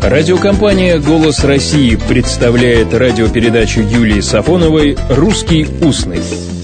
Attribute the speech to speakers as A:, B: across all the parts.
A: Радиокомпания «Голос России» представляет радиопередачу Юлии Сафоновой «Русский устный».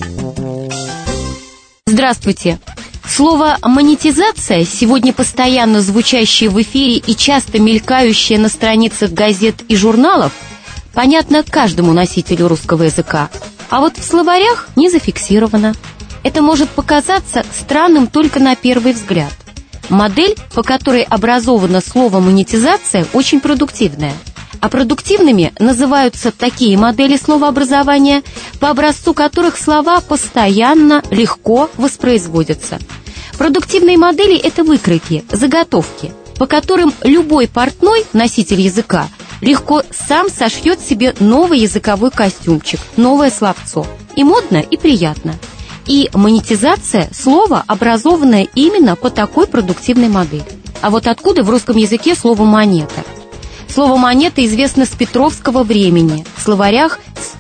B: Здравствуйте. Слово «монетизация», сегодня постоянно звучащее в эфире и часто мелькающее на страницах газет и журналов, понятно каждому носителю русского языка, а вот в словарях не зафиксировано. Это может показаться странным только на первый взгляд. Модель, по которой образовано слово «монетизация», очень продуктивная. А продуктивными называются такие модели словообразования, по образцу которых слова постоянно, легко воспроизводятся. Продуктивные модели – это выкройки, заготовки, по которым любой портной, носитель языка, легко сам сошьет себе новый языковой костюмчик, новое словцо. И модно, и приятно. И монетизация – слово, образованное именно по такой продуктивной модели. А вот откуда в русском языке слово «монета»? Слово «монета» известно с Петровского времени, в словарях с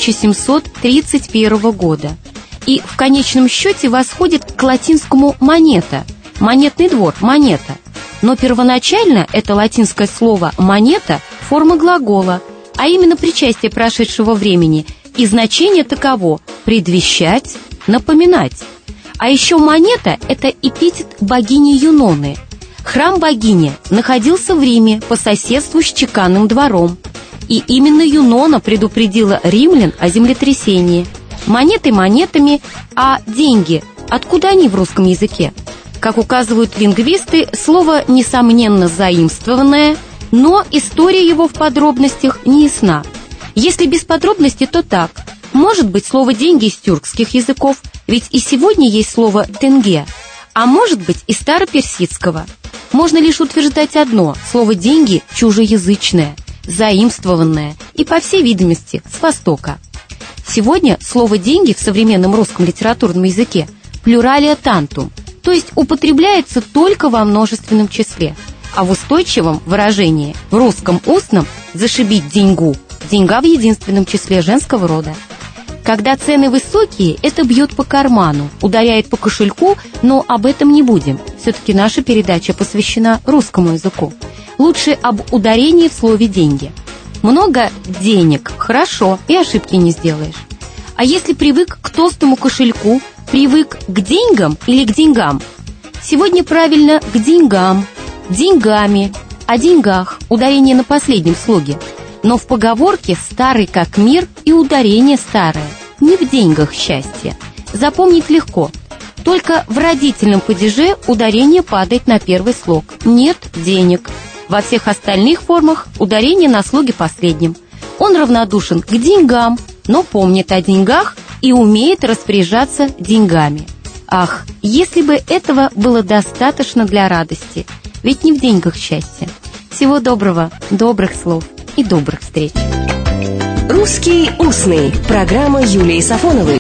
B: 1731 года. И в конечном счете восходит к латинскому «монета», монетный двор, монета. Но первоначально это латинское слово «монета» – форма глагола, а именно причастие прошедшего времени, и значение таково – предвещать, напоминать. А еще монета – это эпитет богини Юноны. Храм богини находился в Риме по соседству с чеканным двором. И именно Юнона предупредила римлян о землетрясении. Монеты монетами, а деньги – откуда они в русском языке? Как указывают лингвисты, слово, несомненно, заимствованное, но история его в подробностях не ясна. Если без подробностей, то так. Может быть, слово «деньги» из тюркских языков, ведь и сегодня есть слово «тенге», а может быть, из староперсидского. Можно лишь утверждать одно – слово «деньги» чужеязычное, заимствованное и, по всей видимости, с Востока. Сегодня слово «деньги» в современном русском литературном языке плюралия тантум, то есть употребляется только во множественном числе, а в устойчивом выражении, в русском устном, «зашибить деньгу» – деньга в единственном числе женского рода. Когда цены высокие, это бьет по карману, ударяет по кошельку, но об этом не будем. Все-таки наша передача посвящена русскому языку. Лучше об ударении в слове «деньги». Много денег – хорошо, и ошибки не сделаешь. А если привык к толстому кошельку, привык к деньгам или к деньгам? Сегодня правильно к деньгам, деньгами, о деньгах, ударение на последнем слоге. Но в поговорке «старый как мир» и ударение старое. Не в деньгах счастье. Запомнить легко. Только в родительном падеже ударение падает на первый слог. Нет денег. Во всех остальных формах ударение на слоге последнем. Он равнодушен к деньгам, но помнит о деньгах и умеет распоряжаться деньгами. Ах, если бы этого было достаточно для радости. Ведь не в деньгах счастье. Всего доброго, добрых слов и добрых встреч.
C: «Русский устный». Программа Юлии Сафоновой.